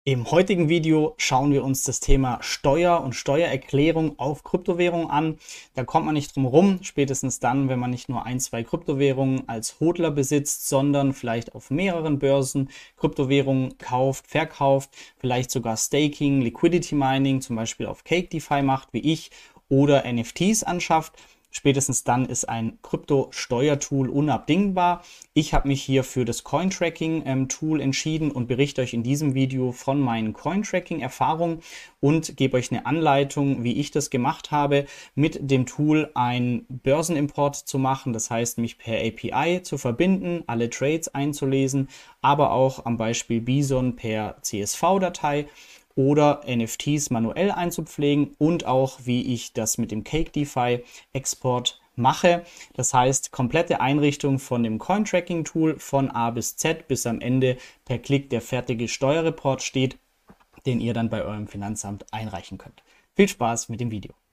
Im heutigen Video schauen wir uns das Thema Steuer und Steuererklärung auf Kryptowährungen an. Da kommt man nicht drum rum, spätestens dann, wenn man nicht nur ein, zwei Kryptowährungen als Hodler besitzt, sondern vielleicht auf mehreren Börsen Kryptowährungen kauft, verkauft, vielleicht sogar Staking, Liquidity Mining, zum Beispiel auf Cake DeFi macht, wie ich, oder NFTs anschafft. Spätestens dann ist ein Krypto-Steuertool unabdingbar. Ich habe mich hier für das Cointracking-Tool entschieden und berichte euch in diesem Video von meinen Cointracking-Erfahrungen und gebe euch eine Anleitung, wie ich das gemacht habe, mit dem Tool einen Börsenimport zu machen. Das heißt, mich per API zu verbinden, alle Trades einzulesen, aber auch am Beispiel Bison per CSV-Datei oder NFTs manuell einzupflegen und auch wie ich das mit dem Cake DeFi Export mache. Das heißt, komplette Einrichtung von dem Cointracking Tool von A bis Z, bis am Ende per Klick der fertige Steuerreport steht, den ihr dann bei eurem Finanzamt einreichen könnt. Viel Spaß mit dem Video.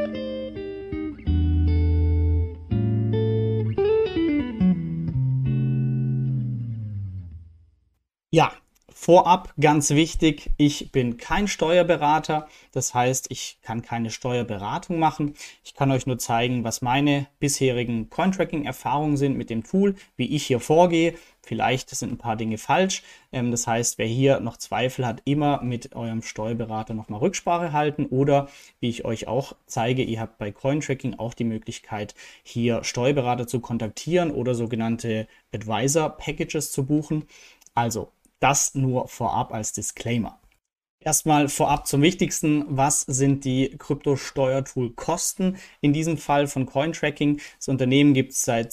Ja, vorab ganz wichtig, ich bin kein Steuerberater, das heißt, ich kann keine Steuerberatung machen. Ich kann euch nur zeigen, was meine bisherigen Cointracking-Erfahrungen sind mit dem Tool, wie ich hier vorgehe. Vielleicht sind ein paar Dinge falsch. Das heißt, wer hier noch Zweifel hat, immer mit eurem Steuerberater nochmal Rücksprache halten oder, wie ich euch auch zeige, ihr habt bei Cointracking auch die Möglichkeit, hier Steuerberater zu kontaktieren oder sogenannte Advisor-Packages zu buchen. Also, das nur vorab als Disclaimer. Erstmal vorab zum Wichtigsten, was sind die Krypto-Steuertool-Kosten? In diesem Fall von Cointracking. Das Unternehmen gibt es seit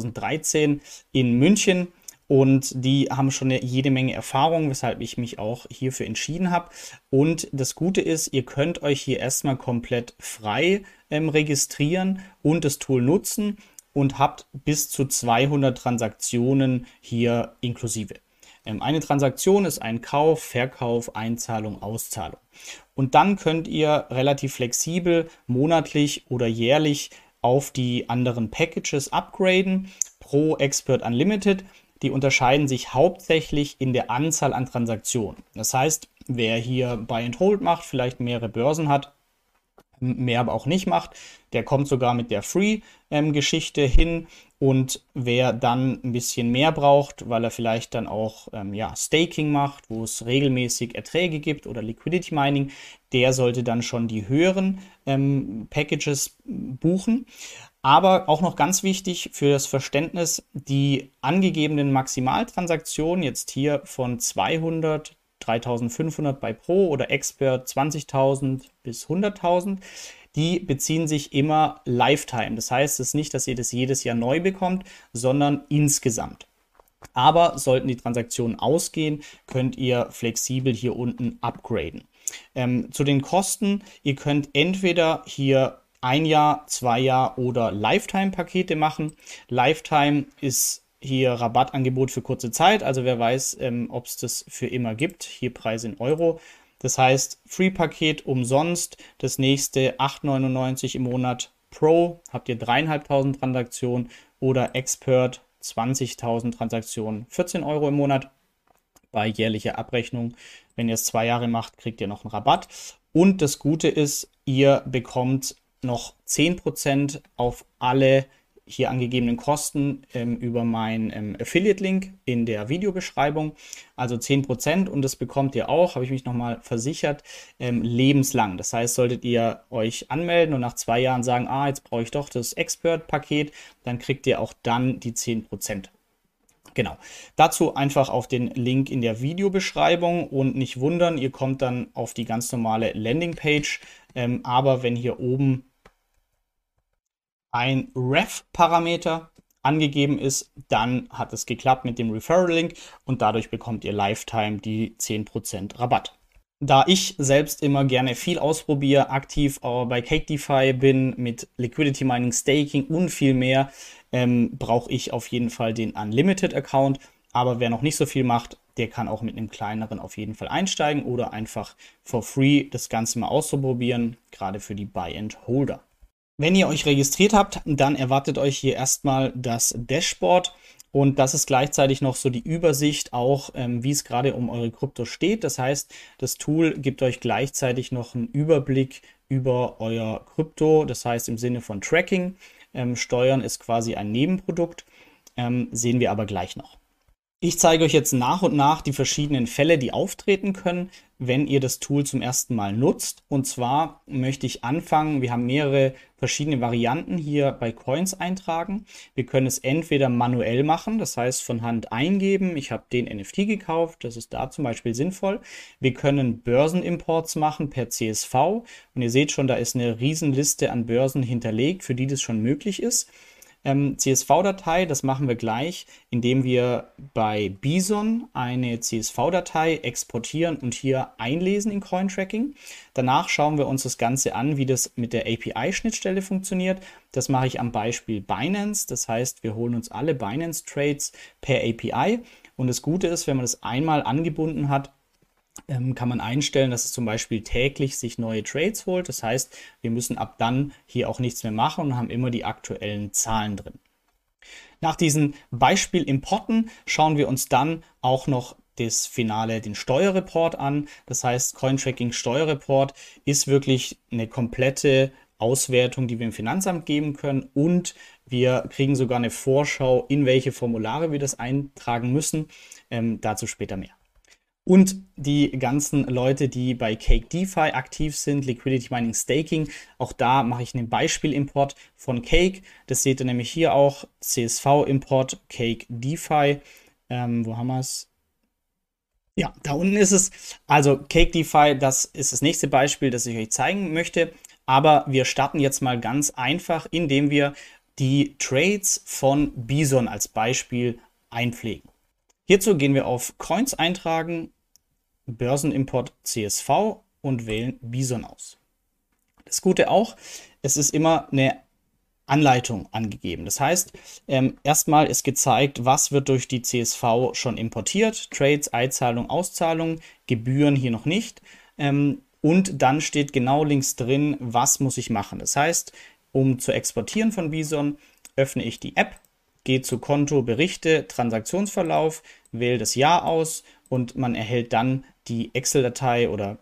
2013 in München und die haben schon jede Menge Erfahrung, weshalb ich mich auch hierfür entschieden habe. Und das Gute ist, ihr könnt euch hier erstmal komplett frei registrieren und das Tool nutzen und habt bis zu 200 Transaktionen hier inklusive. Eine Transaktion ist ein Kauf, Verkauf, Einzahlung, Auszahlung. Und dann könnt ihr relativ flexibel monatlich oder jährlich auf die anderen Packages upgraden. Pro Expert Unlimited. Die unterscheiden sich hauptsächlich in der Anzahl an Transaktionen. Das heißt, wer hier Buy and Hold macht, vielleicht mehrere Börsen hat, mehr aber auch nicht macht, der kommt sogar mit der Free-Geschichte hin. Und wer dann ein bisschen mehr braucht, weil er vielleicht dann auch Staking macht, wo es regelmäßig Erträge gibt oder Liquidity Mining, der sollte dann schon die höheren Packages buchen. Aber auch noch ganz wichtig für das Verständnis, die angegebenen Maximaltransaktionen jetzt hier von 200, 3.500 bei Pro oder Expert 20.000 bis 100.000, die beziehen sich immer Lifetime. Das heißt, es ist nicht, dass ihr das jedes Jahr neu bekommt, sondern insgesamt. Aber sollten die Transaktionen ausgehen, könnt ihr flexibel hier unten upgraden. Zu den Kosten, ihr könnt entweder hier 1 Jahr, 2 Jahr oder Lifetime-Pakete machen. Lifetime ist hier Rabattangebot für kurze Zeit, also wer weiß, ob es das für immer gibt. Hier Preis in Euro. Das heißt, Free-Paket umsonst, das nächste 8,99 im Monat. Pro habt ihr 3.500 Transaktionen oder Expert 20.000 Transaktionen, 14 Euro im Monat. Bei jährlicher Abrechnung, wenn ihr es 2 Jahre macht, kriegt ihr noch einen Rabatt. Und das Gute ist, ihr bekommt noch 10% auf alle hier angegebenen Kosten über meinen Affiliate-Link in der Videobeschreibung. Also 10% und das bekommt ihr auch, habe ich mich nochmal versichert, lebenslang. Das heißt, solltet ihr euch anmelden und nach 2 Jahren sagen, jetzt brauche ich doch das Expert-Paket, dann kriegt ihr auch dann die 10%. Genau, dazu einfach auf den Link in der Videobeschreibung und nicht wundern, ihr kommt dann auf die ganz normale Landingpage, aber wenn hier oben ein Ref-Parameter angegeben ist, dann hat es geklappt mit dem Referral-Link und dadurch bekommt ihr Lifetime die 10% Rabatt. Da ich selbst immer gerne viel ausprobiere, aktiv bei Cake DeFi bin mit Liquidity Mining, Staking und viel mehr, brauche ich auf jeden Fall den Unlimited-Account. Aber wer noch nicht so viel macht, der kann auch mit einem kleineren auf jeden Fall einsteigen oder einfach for free das Ganze mal auszuprobieren, gerade für die Buy-and-Holder. Wenn ihr euch registriert habt, dann erwartet euch hier erstmal das Dashboard Und das ist gleichzeitig noch so die Übersicht auch, wie es gerade um eure Krypto steht. Das heißt, das Tool gibt euch gleichzeitig noch einen Überblick über euer Krypto. Das heißt im Sinne von Tracking. Steuern ist quasi ein Nebenprodukt, sehen wir aber gleich noch. Ich zeige euch jetzt nach und nach die verschiedenen Fälle, die auftreten können, wenn ihr das Tool zum ersten Mal nutzt. Und zwar möchte ich anfangen, wir haben mehrere verschiedene Varianten hier bei Coins eintragen. Wir können es entweder manuell machen, das heißt von Hand eingeben, ich habe den NFT gekauft, das ist da zum Beispiel sinnvoll. Wir können Börsenimports machen per CSV und ihr seht schon, da ist eine Riesenliste an Börsen hinterlegt, für die das schon möglich ist. CSV-Datei, das machen wir gleich, indem wir bei Bison eine CSV-Datei exportieren und hier einlesen in CoinTracking. Danach schauen wir uns das Ganze an, wie das mit der API-Schnittstelle funktioniert. Das mache ich am Beispiel Binance. Das heißt, wir holen uns alle Binance-Trades per API. Und das Gute ist, wenn man das einmal angebunden hat, kann man einstellen, dass es zum Beispiel täglich sich neue Trades holt. Das heißt, wir müssen ab dann hier auch nichts mehr machen und haben immer die aktuellen Zahlen drin. Nach diesen Beispiel-Importen schauen wir uns dann auch noch das Finale, den Steuerreport an. Das heißt, CoinTracking Steuerreport ist wirklich eine komplette Auswertung, die wir im Finanzamt geben können, und wir kriegen sogar eine Vorschau, in welche Formulare wir das eintragen müssen. Dazu später mehr. Und die ganzen Leute, die bei Cake DeFi aktiv sind, Liquidity Mining Staking, auch da mache ich einen Beispielimport von Cake. Das seht ihr nämlich hier auch, CSV-Import Cake DeFi. Wo haben wir es? Ja, da unten ist es. Also Cake DeFi, das ist das nächste Beispiel, das ich euch zeigen möchte. Aber wir starten jetzt mal ganz einfach, indem wir die Trades von Bison als Beispiel einpflegen. Hierzu gehen wir auf Coins eintragen, Börsenimport CSV und wählen Bison aus. Das Gute auch, es ist immer eine Anleitung angegeben. Das heißt, erstmal ist gezeigt, was wird durch die CSV schon importiert. Trades, Einzahlung, Auszahlung, Gebühren hier noch nicht. Und dann steht genau links drin, was muss ich machen. Das heißt, um zu exportieren von Bison, öffne ich die App, gehe zu Konto, Berichte, Transaktionsverlauf, wähle das Jahr aus und man erhält dann die Excel-Datei oder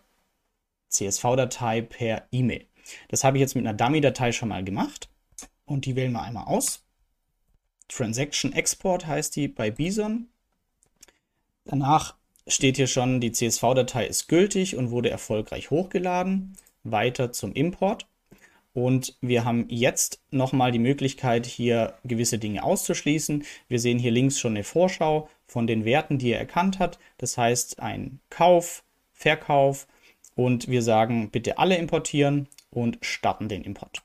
CSV-Datei per E-Mail. Das habe ich jetzt mit einer Dummy-Datei schon mal gemacht und die wählen wir einmal aus. Transaction Export heißt die bei Bison. Danach steht hier schon, die CSV-Datei ist gültig und wurde erfolgreich hochgeladen. Weiter zum Import. Und wir haben jetzt nochmal die Möglichkeit, hier gewisse Dinge auszuschließen. Wir sehen hier links schon eine Vorschau von den Werten, die er erkannt hat. Das heißt ein Kauf, Verkauf, und wir sagen bitte alle importieren und starten den Import.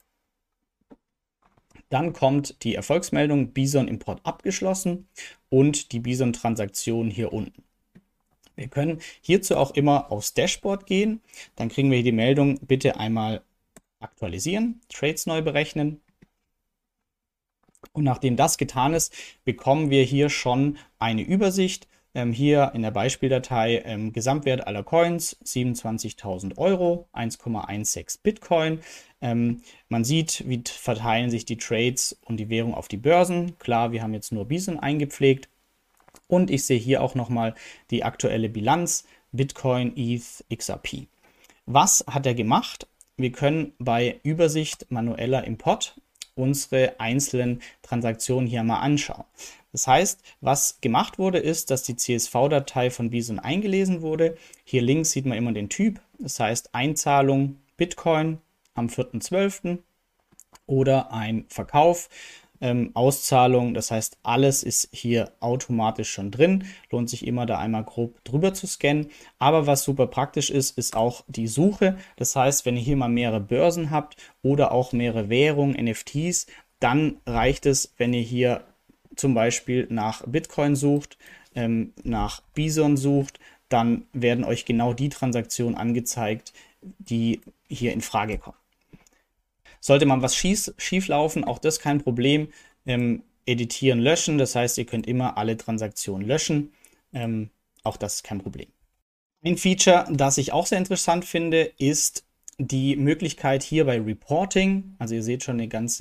Dann kommt die Erfolgsmeldung Bison Import abgeschlossen und die Bison Transaktion hier unten. Wir können hierzu auch immer aufs Dashboard gehen. Dann kriegen wir hier die Meldung, bitte einmal aktualisieren, Trades neu berechnen. Und nachdem das getan ist, bekommen wir hier schon eine Übersicht. Hier in der Beispieldatei Gesamtwert aller Coins 27.000 €, 1,16 Bitcoin. Man sieht, wie verteilen sich die Trades und die Währung auf die Börsen. Klar, wir haben jetzt nur Bison eingepflegt. Und ich sehe hier auch nochmal die aktuelle Bilanz Bitcoin, ETH, XRP. Was hat er gemacht? Wir können bei Übersicht manueller Import unsere einzelnen Transaktionen hier mal anschauen. Das heißt, was gemacht wurde, ist, dass die CSV-Datei von Bison eingelesen wurde. Hier links sieht man immer den Typ, das heißt Einzahlung Bitcoin am 4.12. oder ein Verkauf, Auszahlung, das heißt, alles ist hier automatisch schon drin. Lohnt sich immer, da einmal grob drüber zu scannen. Aber was super praktisch ist, ist auch die Suche. Das heißt, wenn ihr hier mal mehrere Börsen habt oder auch mehrere Währungen, NFTs, dann reicht es, wenn ihr hier zum Beispiel nach Bitcoin sucht, nach Bison sucht, dann werden euch genau die Transaktionen angezeigt, die hier in Frage kommen. Sollte mal was schief laufen, auch das kein Problem. Editieren, löschen, das heißt, ihr könnt immer alle Transaktionen löschen. Auch das ist kein Problem. Ein Feature, das ich auch sehr interessant finde, ist die Möglichkeit hier bei Reporting. Also ihr seht schon eine ganze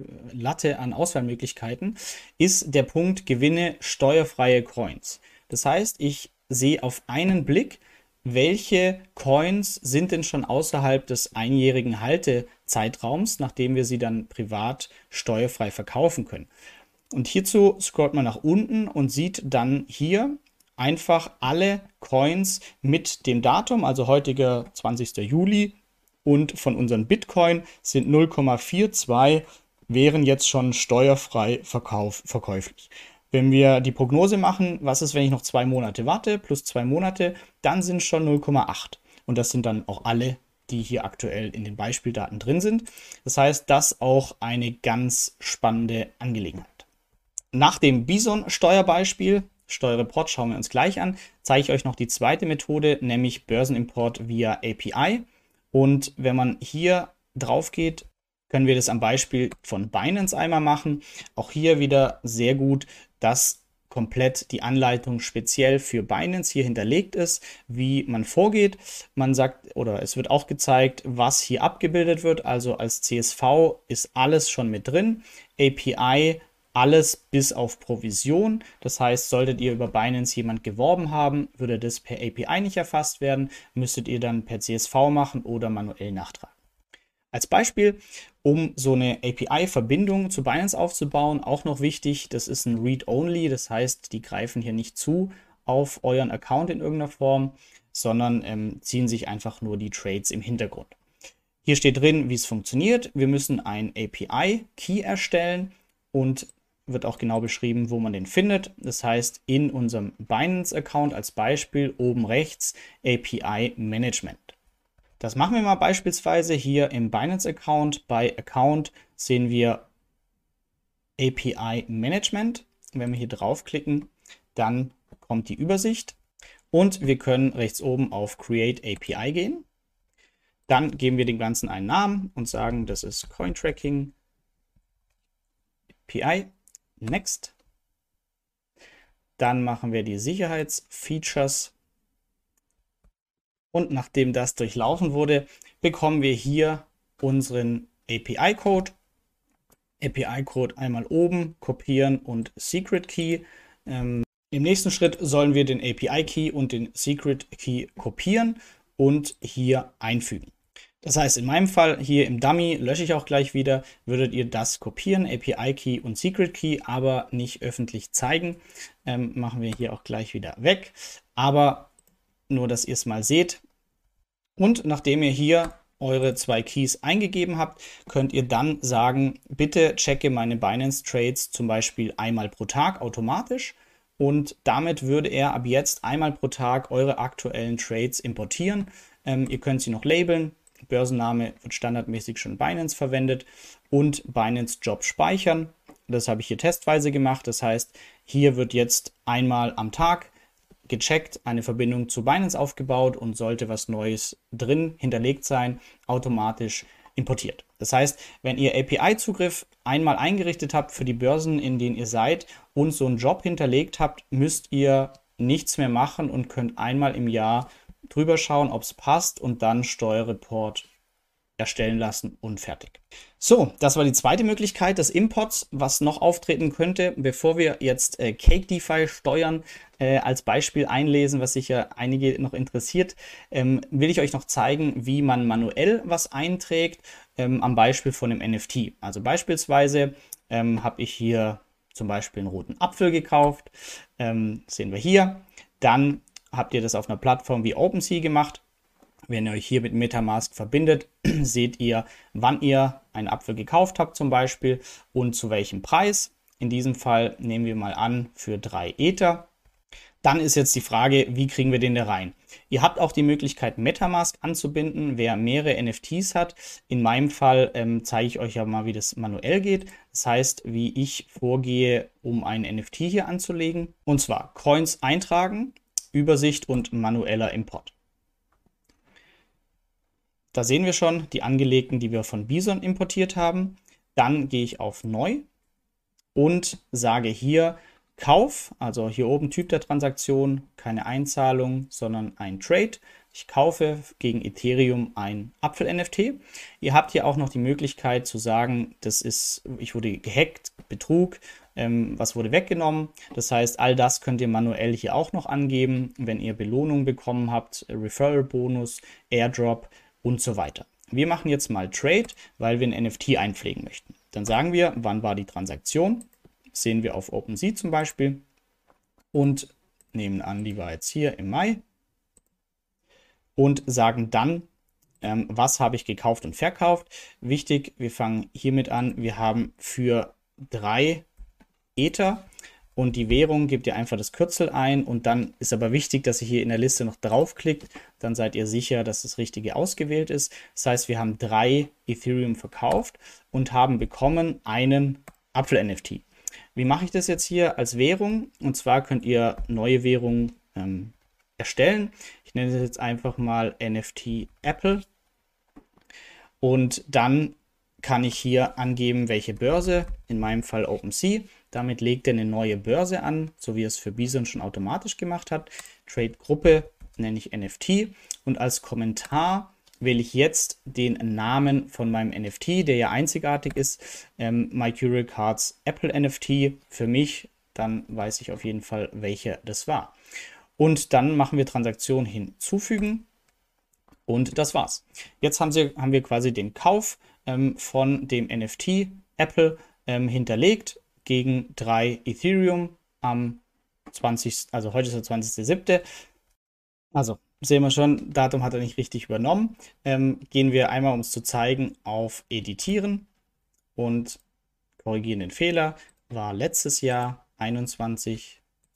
Latte an Auswahlmöglichkeiten, ist der Punkt Gewinne steuerfreie Coins. Das heißt, ich sehe auf einen Blick, welche Coins sind denn schon außerhalb des einjährigen Haltezeitraums, nachdem wir sie dann privat steuerfrei verkaufen können. Und hierzu scrollt man nach unten und sieht dann hier einfach alle Coins mit dem Datum, also heutiger 20. Juli, und von unseren Bitcoin sind 0,42, wären jetzt schon steuerfrei verkäuflich. Wenn wir die Prognose machen, was ist, wenn ich noch 2 Monate warte, plus 2 Monate, dann sind es schon 0,8. Und das sind dann auch alle, die hier aktuell in den Beispieldaten drin sind. Das heißt, das auch eine ganz spannende Angelegenheit. Nach dem Bison-Steuerbeispiel, Steuerreport schauen wir uns gleich an, zeige ich euch noch die zweite Methode, nämlich Börsenimport via API. Und wenn man hier drauf geht, können wir das am Beispiel von Binance einmal machen. Auch hier wieder sehr gut, dass komplett die Anleitung speziell für Binance hier hinterlegt ist, wie man vorgeht. Man sagt, oder es wird auch gezeigt, was hier abgebildet wird. Also als CSV ist alles schon mit drin. API alles bis auf Provision. Das heißt, solltet ihr über Binance jemand geworben haben, würde das per API nicht erfasst werden, müsstet ihr dann per CSV machen oder manuell nachtragen. Als Beispiel, um so eine API-Verbindung zu Binance aufzubauen, auch noch wichtig, das ist ein Read-Only, das heißt, die greifen hier nicht zu auf euren Account in irgendeiner Form, sondern ziehen sich einfach nur die Trades im Hintergrund. Hier steht drin, wie es funktioniert. Wir müssen ein API-Key erstellen und wird auch genau beschrieben, wo man den findet. Das heißt, in unserem Binance-Account als Beispiel oben rechts API Management. Das machen wir mal beispielsweise hier im Binance-Account. Bei Account sehen wir API Management. Wenn wir hier draufklicken, dann kommt die Übersicht und wir können rechts oben auf Create API gehen. Dann geben wir dem Ganzen einen Namen und sagen, das ist Cointracking API. Next. Dann machen wir die Sicherheitsfeatures. Und nachdem das durchlaufen wurde, bekommen wir hier unseren API-Code. API-Code einmal oben kopieren und Secret Key. Im nächsten Schritt sollen wir den API-Key und den Secret Key kopieren und hier einfügen. Das heißt, in meinem Fall hier im Dummy, lösche ich auch gleich wieder, würdet ihr das kopieren, API-Key und Secret Key, aber nicht öffentlich zeigen. Machen wir hier auch gleich wieder weg. Aber nur, dass ihr es mal seht. Und nachdem ihr hier eure 2 Keys eingegeben habt, könnt ihr dann sagen, bitte checke meine Binance Trades zum Beispiel einmal pro Tag automatisch. Und damit würde er ab jetzt einmal pro Tag eure aktuellen Trades importieren. Ihr könnt sie noch labeln. Börsenname wird standardmäßig schon Binance verwendet und Binance Job speichern. Das habe ich hier testweise gemacht. Das heißt, hier wird jetzt einmal am Tag gecheckt, eine Verbindung zu Binance aufgebaut und sollte was Neues drin hinterlegt sein, automatisch importiert. Das heißt, wenn ihr API-Zugriff einmal eingerichtet habt für die Börsen, in denen ihr seid und so einen Job hinterlegt habt, müsst ihr nichts mehr machen und könnt einmal im Jahr drüber schauen, ob es passt und dann Steuerreport erstellen lassen und fertig. So, das war die zweite Möglichkeit des Imports. Was noch auftreten könnte, bevor wir jetzt Cake DeFi steuern, als Beispiel einlesen, was sicher einige noch interessiert, will ich euch noch zeigen, wie man manuell was einträgt, am Beispiel von einem NFT. Also beispielsweise habe ich hier zum Beispiel einen roten Apfel gekauft, sehen wir hier. Dann habt ihr das auf einer Plattform wie OpenSea gemacht. Wenn ihr euch hier mit MetaMask verbindet, seht ihr, wann ihr einen Apfel gekauft habt zum Beispiel und zu welchem Preis. In diesem Fall nehmen wir mal an für 3 Ether. Dann ist jetzt die Frage, wie kriegen wir den da rein? Ihr habt auch die Möglichkeit, MetaMask anzubinden, wer mehrere NFTs hat. In meinem Fall zeige ich euch ja mal, wie das manuell geht. Das heißt, wie ich vorgehe, um einen NFT hier anzulegen. Und zwar Coins eintragen, Übersicht und manueller Import. Da sehen wir schon die angelegten, die wir von Bison importiert haben. Dann gehe ich auf Neu und sage hier Kauf, also hier oben Typ der Transaktion, keine Einzahlung, sondern ein Trade. Ich kaufe gegen Ethereum ein Apfel-NFT. Ihr habt hier auch noch die Möglichkeit zu sagen, ich wurde gehackt, Betrug, was wurde weggenommen. Das heißt, all das könnt ihr manuell hier auch noch angeben, wenn ihr Belohnung bekommen habt, Referral-Bonus, Airdrop und so weiter. Wir machen jetzt mal Trade, weil wir ein NFT einpflegen möchten. Dann sagen wir, wann war die Transaktion? Das sehen wir auf OpenSea zum Beispiel und nehmen an, die war jetzt hier im Mai. Und sagen dann, was habe ich gekauft und verkauft. Wichtig, wir fangen hiermit an. Wir haben für 3 Ether und die Währung gebt ihr einfach das Kürzel ein und dann ist aber wichtig, dass ihr hier in der Liste noch draufklickt. Dann seid ihr sicher, dass das Richtige ausgewählt ist. Das heißt, wir haben 3 Ethereum verkauft und haben bekommen einen Apfel-NFT. Wie mache ich das jetzt hier als Währung? Und zwar könnt ihr neue Währungen erstellen. Ich nenne das jetzt einfach mal NFT Apple. Und dann kann ich hier angeben, welche Börse, in meinem Fall OpenSea. Damit legt er eine neue Börse an, so wie es für Bison schon automatisch gemacht hat. Trade-Gruppe nenne ich NFT und als Kommentar wähle ich jetzt den Namen von meinem NFT, der ja einzigartig ist, Mercurial Cards Apple NFT für mich. Dann weiß ich auf jeden Fall, welcher das war. Und dann machen wir Transaktion hinzufügen und das war's. Jetzt haben wir quasi den Kauf von dem NFT Apple hinterlegt gegen 3 Ethereum am 20. Also heute ist der 20.07. Also sehen wir schon, Datum hat er nicht richtig übernommen. Gehen wir einmal, um es zu zeigen, auf Editieren und korrigieren den Fehler. War letztes Jahr 21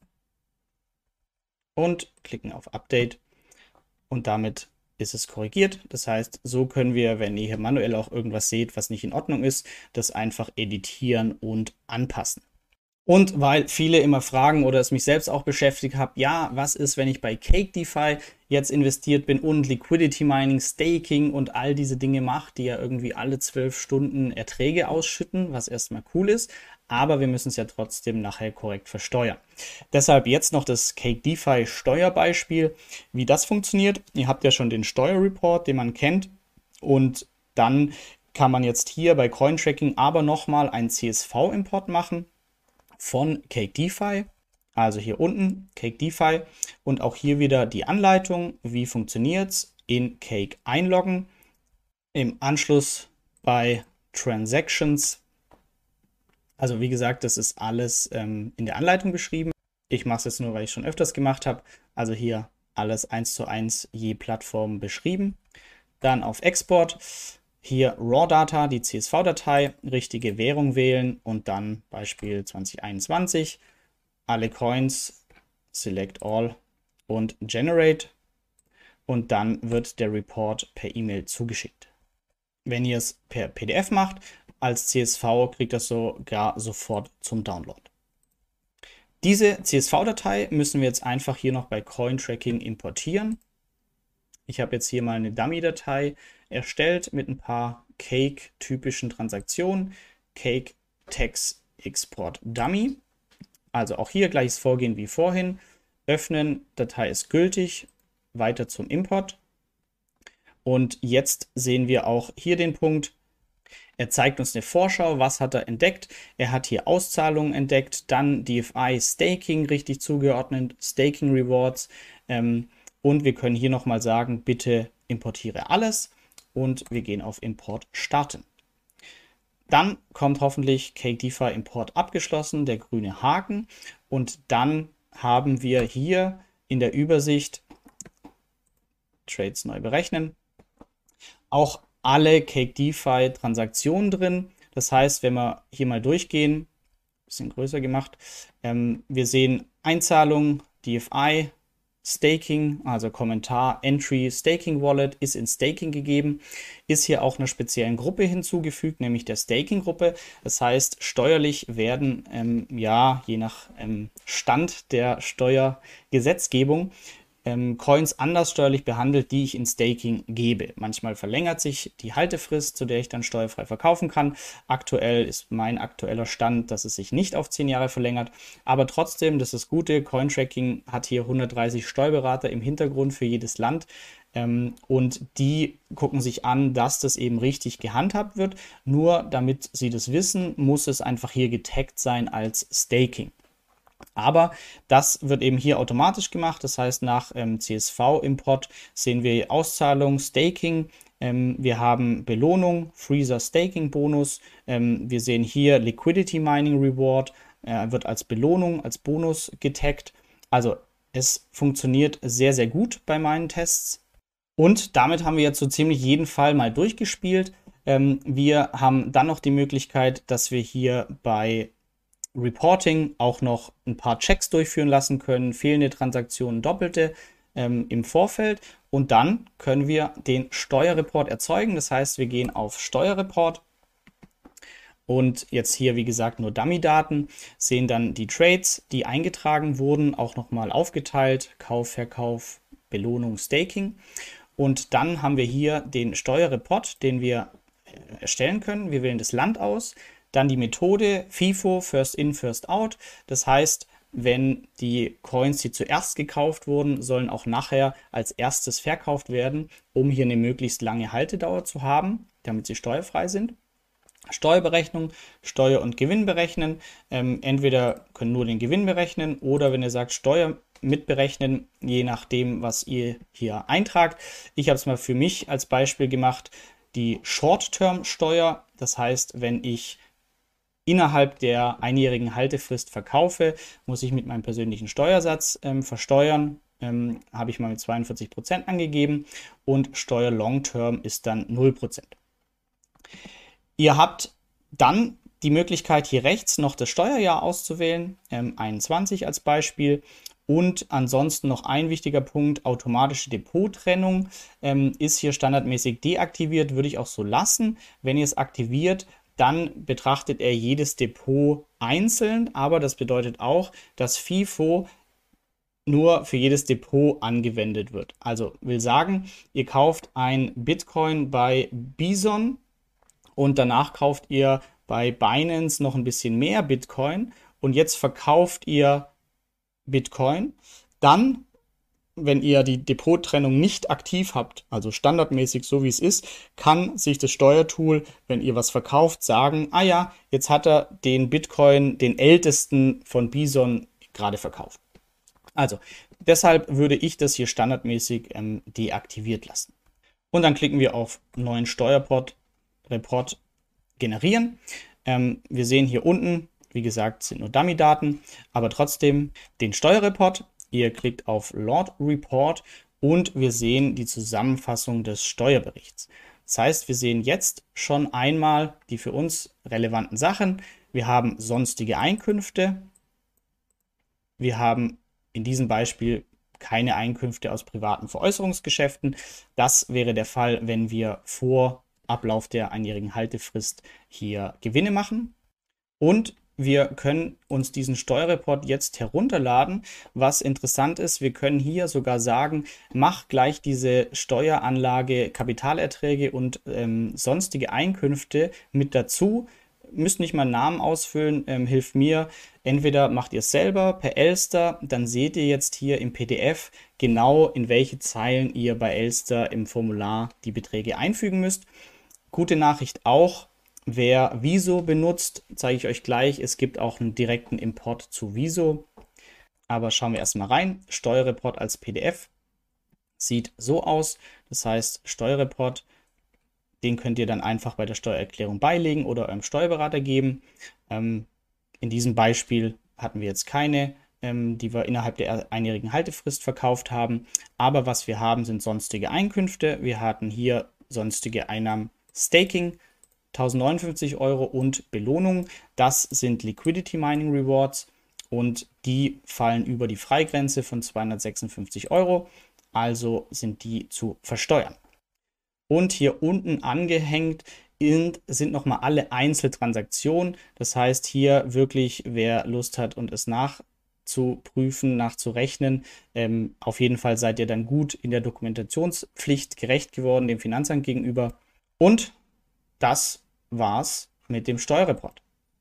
und klicken auf Update und damit ist es korrigiert. Das heißt, so können wir, wenn ihr hier manuell auch irgendwas seht, was nicht in Ordnung ist, das einfach editieren und anpassen. Und weil viele immer fragen oder es mich selbst auch beschäftigt hat, ja, was ist, wenn ich bei Cake DeFi jetzt investiert bin und Liquidity Mining, Staking und all diese Dinge mache, die ja irgendwie alle 12 Stunden Erträge ausschütten, was erstmal cool ist, aber wir müssen es ja trotzdem nachher korrekt versteuern. Deshalb jetzt noch das Cake DeFi Steuerbeispiel, wie das funktioniert. Ihr habt ja schon den Steuerreport, den man kennt und dann kann man jetzt hier bei Cointracking aber nochmal einen CSV-Import machen von Cake DeFi, also hier unten Cake DeFi und auch hier wieder die Anleitung, wie funktioniert es, in Cake einloggen, im Anschluss bei Transactions, also wie gesagt, das ist alles in der Anleitung beschrieben. Ich mache es jetzt nur, weil ich schon öfters gemacht habe, also hier alles 1:1 je Plattform beschrieben. Dann auf Export. Hier Raw Data, die CSV-Datei, richtige Währung wählen und dann Beispiel 2021, alle Coins, Select All und Generate und dann wird der Report per E-Mail zugeschickt. Wenn ihr es per PDF macht, als CSV kriegt das sogar sofort zum Download. Diese CSV-Datei müssen wir jetzt einfach hier noch bei Cointracking importieren. Ich habe jetzt hier mal eine Dummy-Datei erstellt mit ein paar Cake-typischen Transaktionen. Cake Text Export Dummy. Also auch hier gleiches Vorgehen wie vorhin. Öffnen, Datei ist gültig, weiter zum Import. Und jetzt sehen wir auch hier den Punkt. Er zeigt uns eine Vorschau, was hat er entdeckt. Er hat hier Auszahlungen entdeckt, dann DFI Staking richtig zugeordnet, Staking Rewards. Und wir können hier nochmal sagen, bitte importiere alles und wir gehen auf Import starten. Dann kommt hoffentlich Cake DeFi Import abgeschlossen, der grüne Haken. Und dann haben wir hier in der Übersicht Trades neu berechnen. Auch alle Cake DeFi Transaktionen drin. Das heißt, wenn wir hier mal durchgehen, bisschen größer gemacht, wir sehen Einzahlung, DFI, Staking, also Kommentar, Entry, Staking Wallet ist in Staking gegeben, ist hier auch einer speziellen Gruppe hinzugefügt, nämlich der Staking-Gruppe. Das heißt, steuerlich werden, ja, je nach Stand der Steuergesetzgebung, Coins anders steuerlich behandelt, die ich in Staking gebe. Manchmal verlängert sich die Haltefrist, zu der ich dann steuerfrei verkaufen kann. Aktuell ist mein aktueller Stand, dass es sich nicht auf 10 Jahre verlängert. Aber trotzdem, das ist das Gute, Cointracking hat hier 130 Steuerberater im Hintergrund für jedes Land. Und die gucken sich an, dass das eben richtig gehandhabt wird. Nur damit sie das wissen, muss es einfach hier getaggt sein als Staking. Aber das wird eben hier automatisch gemacht. Das heißt, nach CSV-Import sehen wir Auszahlung, Staking. Wir haben Belohnung, Freezer Staking Bonus. Wir sehen hier Liquidity Mining Reward, wird als Belohnung, als Bonus getaggt. Also es funktioniert sehr, sehr gut bei meinen Tests. Und damit haben wir jetzt so ziemlich jeden Fall mal durchgespielt. Wir haben dann noch die Möglichkeit, dass wir hier bei Reporting auch noch ein paar Checks durchführen lassen können, fehlende Transaktionen, doppelte im Vorfeld. Und dann können wir den Steuerreport erzeugen. Das heißt, wir gehen auf Steuerreport und jetzt hier, wie gesagt, nur Dummy-Daten, sehen dann die Trades, die eingetragen wurden, auch nochmal aufgeteilt, Kauf, Verkauf, Belohnung, Staking. Und dann haben wir hier den Steuerreport, den wir erstellen können. Wir wählen das Land aus. Dann die Methode FIFO, First In, First Out. Das heißt, wenn die Coins, die zuerst gekauft wurden, sollen auch nachher als erstes verkauft werden, um hier eine möglichst lange Haltedauer zu haben, damit sie steuerfrei sind. Steuerberechnung, Steuer und Gewinn berechnen. Entweder können nur den Gewinn berechnen oder wenn ihr sagt Steuer mitberechnen, je nachdem, was ihr hier eintragt. Ich habe es mal für mich als Beispiel gemacht, die Short-Term-Steuer. Das heißt, wenn ich innerhalb der einjährigen Haltefrist verkaufe, muss ich mit meinem persönlichen Steuersatz versteuern. Habe ich mal mit 42% angegeben und Steuer Long Term ist dann 0%. Ihr habt dann die Möglichkeit, hier rechts noch das Steuerjahr auszuwählen, 21 als Beispiel. Und ansonsten noch ein wichtiger Punkt, automatische Depottrennung ist hier standardmäßig deaktiviert, würde ich auch so lassen. Wenn ihr es aktiviert, dann betrachtet er jedes Depot einzeln, aber das bedeutet auch, dass FIFO nur für jedes Depot angewendet wird. Also will sagen, ihr kauft ein Bitcoin bei Bison und danach kauft ihr bei Binance noch ein bisschen mehr Bitcoin und jetzt verkauft ihr Bitcoin. Dann, wenn ihr die Depottrennung nicht aktiv habt, also standardmäßig so wie es ist, kann sich das Steuertool, wenn ihr was verkauft, sagen, ah ja, jetzt hat er den Bitcoin, den ältesten von Bison, gerade verkauft. Also deshalb würde ich das hier standardmäßig deaktiviert lassen. Und dann klicken wir auf neuen Steuerreport generieren. Wir sehen hier unten, wie gesagt, sind nur Dummy-Daten, aber trotzdem den Steuerreport. Ihr klickt auf Load Report und wir sehen die Zusammenfassung des Steuerberichts. Das heißt, wir sehen jetzt schon einmal die für uns relevanten Sachen. Wir haben sonstige Einkünfte. Wir haben in diesem Beispiel keine Einkünfte aus privaten Veräußerungsgeschäften. Das wäre der Fall, wenn wir vor Ablauf der einjährigen Haltefrist hier Gewinne machen. Und wir können uns diesen Steuerreport jetzt herunterladen. Was interessant ist, wir können hier sogar sagen, mach gleich diese Steueranlage Kapitalerträge und sonstige Einkünfte mit dazu. Müsst nicht mal einen Namen ausfüllen, hilft mir. Entweder macht ihr es selber per Elster, dann seht ihr jetzt hier im PDF genau, in welche Zeilen ihr bei Elster im Formular die Beträge einfügen müsst. Gute Nachricht auch, wer Wieso benutzt, zeige ich euch gleich. Es gibt auch einen direkten Import zu Wieso. Aber schauen wir erstmal rein. Steuerreport als PDF sieht so aus. Das heißt, Steuerreport, den könnt ihr dann einfach bei der Steuererklärung beilegen oder eurem Steuerberater geben. In diesem Beispiel hatten wir jetzt keine, die wir innerhalb der einjährigen Haltefrist verkauft haben. Aber was wir haben, sind sonstige Einkünfte. Wir hatten hier sonstige Einnahmen, Staking, 1059 Euro und Belohnung. Das sind Liquidity Mining Rewards und die fallen über die Freigrenze von 256 Euro. Also sind die zu versteuern. Und hier unten angehängt sind nochmal alle Einzeltransaktionen. Das heißt hier wirklich, wer Lust hat und es nachzuprüfen, nachzurechnen, auf jeden Fall seid ihr dann gut in der Dokumentationspflicht gerecht geworden, dem Finanzamt gegenüber. Und das war's mit dem Steuerreport.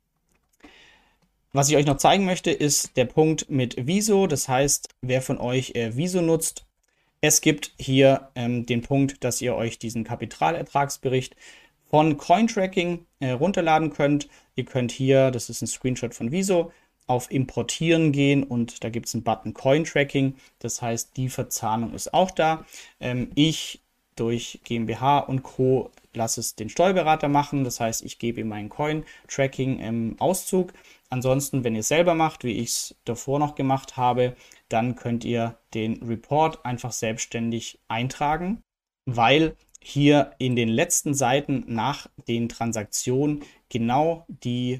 Was ich euch noch zeigen möchte, ist der Punkt mit Wieso. Das heißt, wer von euch Wieso nutzt, Es gibt hier den Punkt, dass ihr euch diesen Kapitalertragsbericht von Cointracking runterladen könnt. Ihr könnt hier, das ist ein Screenshot von Wieso, auf Importieren gehen und da gibt es einen Button Cointracking. Das heißt, die Verzahnung ist auch da. Ich durch GmbH und Co. lasse es den Steuerberater machen. Das heißt, ich gebe ihm meinen Cointracking im Auszug. Ansonsten, wenn ihr es selber macht, wie ich es davor noch gemacht habe, dann könnt ihr den Report einfach selbstständig eintragen, weil hier in den letzten Seiten nach den Transaktionen genau die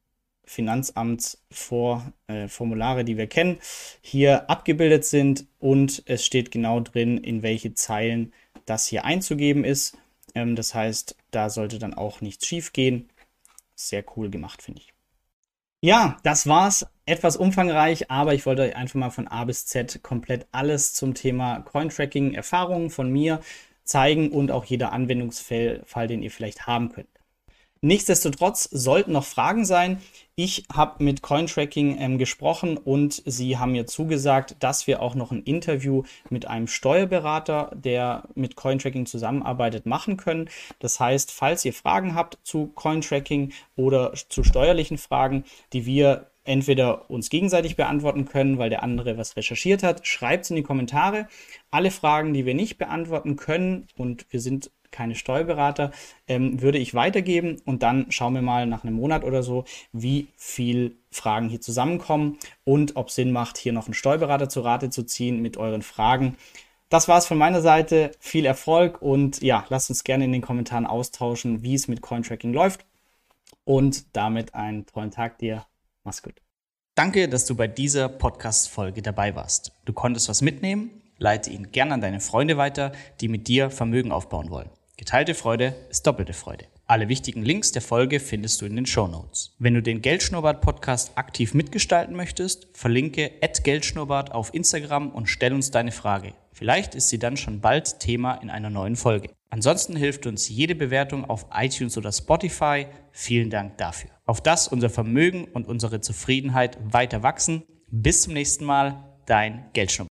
Finanzamtsformulare, die wir kennen, hier abgebildet sind und es steht genau drin, in welche Zeilen das hier einzugeben ist. Das heißt, da sollte dann auch nichts schief gehen. Sehr cool gemacht, finde ich. Ja, das war's. Etwas umfangreich, aber ich wollte euch einfach mal von A bis Z komplett alles zum Thema Cointracking, Erfahrungen von mir zeigen und auch jeder Anwendungsfall, den ihr vielleicht haben könnt. Nichtsdestotrotz sollten noch Fragen sein. Ich habe mit Cointracking gesprochen und sie haben mir zugesagt, dass wir auch noch ein Interview mit einem Steuerberater, der mit Cointracking zusammenarbeitet, machen können. Das heißt, falls ihr Fragen habt zu Cointracking oder zu steuerlichen Fragen, die wir entweder uns gegenseitig beantworten können, weil der andere was recherchiert hat, schreibt es in die Kommentare. Alle Fragen, die wir nicht beantworten können, und wir sind keine Steuerberater, würde ich weitergeben und dann schauen wir mal nach einem Monat oder so, wie viel Fragen hier zusammenkommen und ob es Sinn macht, hier noch einen Steuerberater zu Rate zu ziehen mit euren Fragen. Das war es von meiner Seite. Viel Erfolg und ja, lasst uns gerne in den Kommentaren austauschen, wie es mit Cointracking läuft und damit einen tollen Tag dir. Mach's gut. Danke, dass du bei dieser Podcast-Folge dabei warst. Du konntest was mitnehmen? Leite ihn gerne an deine Freunde weiter, die mit dir Vermögen aufbauen wollen. Geteilte Freude ist doppelte Freude. Alle wichtigen Links der Folge findest du in den Shownotes. Wenn du den Geldschnurrbart-Podcast aktiv mitgestalten möchtest, verlinke @Geldschnurrbart auf Instagram und stell uns deine Frage. Vielleicht ist sie dann schon bald Thema in einer neuen Folge. Ansonsten hilft uns jede Bewertung auf iTunes oder Spotify. Vielen Dank dafür. Auf dass unser Vermögen und unsere Zufriedenheit weiter wachsen. Bis zum nächsten Mal, dein Geldschnurrbart.